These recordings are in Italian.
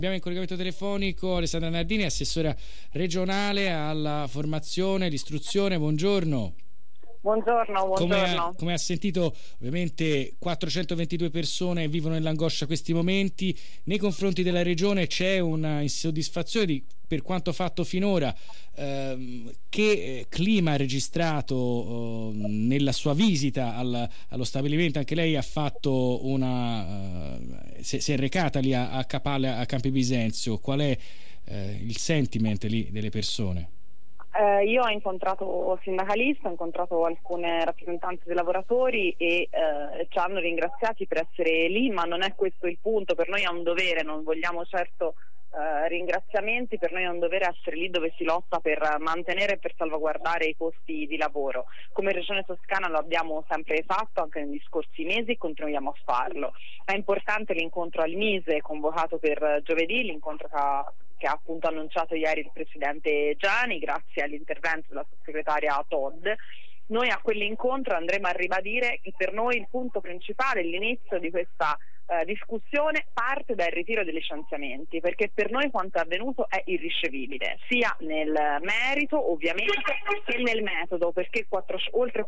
Abbiamo in collegamento telefonico Alessandra Nardini, assessora regionale alla formazione, l'istruzione. Buongiorno. Buongiorno. Come ha sentito, ovviamente 422 persone vivono nell'angoscia questi momenti. Nei confronti della regione c'è una insoddisfazione per quanto fatto finora. Che clima ha registrato nella sua visita allo stabilimento? Anche lei ha fatto si è recata lì a Capale, a Campi Bisenzio. Qual è il sentiment lì delle persone? Io ho incontrato sindacalisti, ho incontrato alcune rappresentanti dei lavoratori e ci hanno ringraziati per essere lì, ma non è questo il punto. Per noi è un dovere, non vogliamo certo ringraziamenti, per noi è un dovere essere lì dove si lotta per mantenere e per salvaguardare i posti di lavoro. Come Regione Toscana lo abbiamo sempre fatto anche negli scorsi mesi e continuiamo a farlo. È importante l'incontro al Mise convocato per giovedì, l'incontro che ha appunto annunciato ieri il Presidente Giani grazie all'intervento della sottosegretaria Todd. Noi a quell'incontro andremo a ribadire che per noi il punto principale, l'inizio di questa discussione parte dal ritiro dei licenziamenti, perché per noi quanto è avvenuto è irricevibile, sia nel merito ovviamente che nel metodo, perché oltre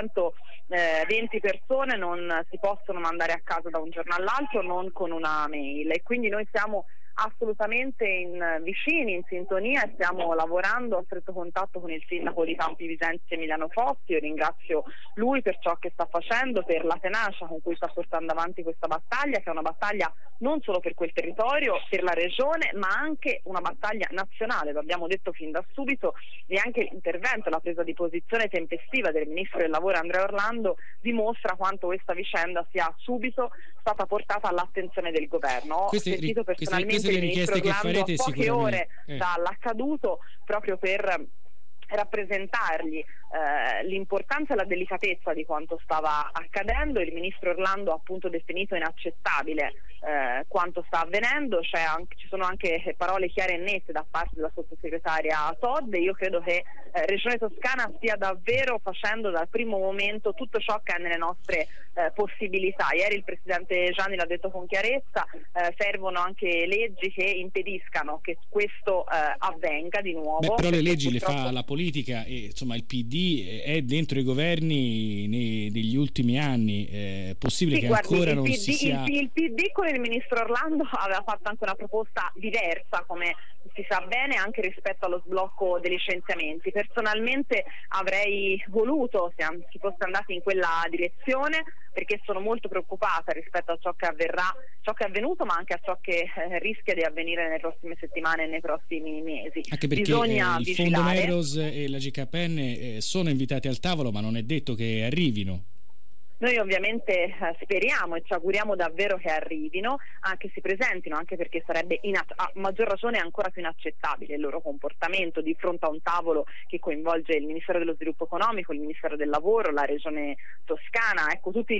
420 persone non si possono mandare a casa da un giorno all'altro non con una mail, e quindi noi siamo assolutamente vicini, in sintonia, e stiamo lavorando a stretto contatto con il sindaco di Campi Bisenzio Emiliano Fossi. Io ringrazio lui per ciò che sta facendo, per la tenacia con cui sta portando avanti questa battaglia, che è una battaglia non solo per quel territorio, per la regione, ma anche una battaglia nazionale, lo abbiamo detto fin da subito, e anche l'intervento, la presa di posizione tempestiva del ministro del lavoro Andrea Orlando dimostra quanto questa vicenda sia subito stata portata all'attenzione del governo. Ho sentito personalmente il ministro Orlando a poche ore dall'accaduto proprio per rappresentargli l'importanza e la delicatezza di quanto stava accadendo. Il ministro Orlando ha appunto definito inaccettabile quanto sta avvenendo, ci sono anche parole chiare e nette da parte della sottosegretaria Todd, e io credo che Regione Toscana stia davvero facendo dal primo momento tutto ciò che è nelle nostre possibilità. Ieri il Presidente Gianni l'ha detto con chiarezza, servono anche leggi che impediscano che questo avvenga di nuovo. Però le leggi le fa la politica, e insomma il PD è dentro i governi degli ultimi anni. È possibile che ancora non si sia... Il PD con il ministro Orlando aveva fatto anche una proposta diversa, come si sa bene, anche rispetto allo sblocco dei licenziamenti. Personalmente avrei voluto si fosse andati in quella direzione, perché sono molto preoccupata rispetto a ciò che avverrà, ciò che è avvenuto, ma anche a ciò che rischia di avvenire nelle prossime settimane e nei prossimi mesi. Anche perché il Fondo Neros e la GKN sono invitati al tavolo, ma non è detto che arrivino. Noi ovviamente speriamo e ci auguriamo davvero che arrivino, che si presentino, anche perché sarebbe a maggior ragione ancora più inaccettabile il loro comportamento di fronte a un tavolo che coinvolge il Ministero dello Sviluppo Economico, il Ministero del Lavoro, la Regione Toscana, ecco, tutte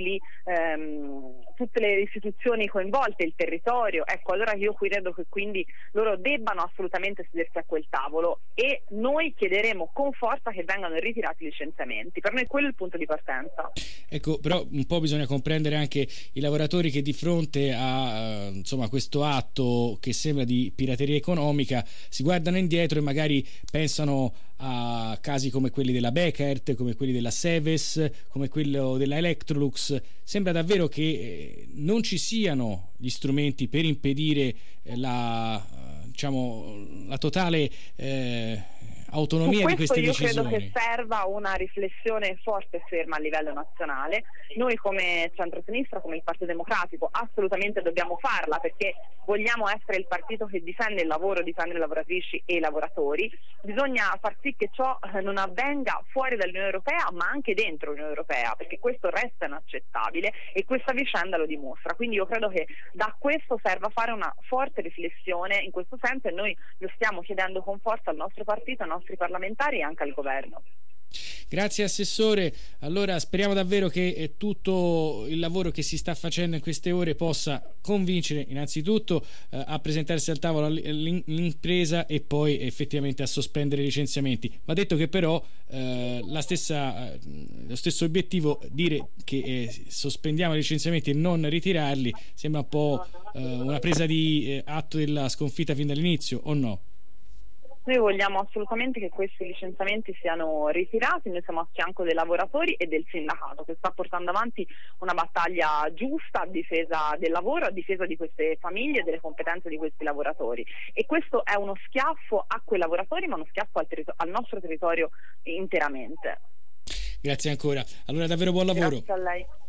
le istituzioni coinvolte, il territorio. Ecco, allora io credo che quindi loro debbano assolutamente sedersi a quel tavolo, e noi chiederemo con forza che vengano ritirati i licenziamenti. Per noi quello è il punto di partenza. Ecco, però un po' bisogna comprendere anche i lavoratori che di fronte a questo atto che sembra di pirateria economica si guardano indietro e magari pensano a casi come quelli della Bekaert, come quelli della Seves, come quello della Electrolux. Sembra davvero che non ci siano gli strumenti per impedire la totale autonomia di queste decisioni. Io credo che serva una riflessione forte e ferma a livello nazionale. Noi come centrosinistra, come il Partito Democratico, assolutamente dobbiamo farla, perché vogliamo essere il partito che difende il lavoro, difende le lavoratrici e i lavoratori. Bisogna far sì che ciò non avvenga fuori dall'Unione Europea, ma anche dentro l'Unione Europea, perché questo resta inaccettabile e questa vicenda lo dimostra. Quindi io credo che da questo serva fare una forte riflessione in questo senso, e noi lo stiamo chiedendo con forza al nostro partito, ai nostri parlamentari e anche al governo. Grazie Assessore, allora speriamo davvero che tutto il lavoro che si sta facendo in queste ore possa convincere innanzitutto a presentarsi al tavolo l'impresa e poi effettivamente a sospendere i licenziamenti. Va detto che però lo stesso obiettivo, dire che sospendiamo i licenziamenti e non ritirarli, sembra un po' una presa di atto della sconfitta fin dall'inizio, o no? Noi vogliamo assolutamente che questi licenziamenti siano ritirati, noi siamo a fianco dei lavoratori e del sindacato che sta portando avanti una battaglia giusta a difesa del lavoro, a difesa di queste famiglie e delle competenze di questi lavoratori, e questo è uno schiaffo a quei lavoratori ma uno schiaffo al nostro territorio interamente. Grazie ancora, allora davvero buon lavoro. Grazie a lei.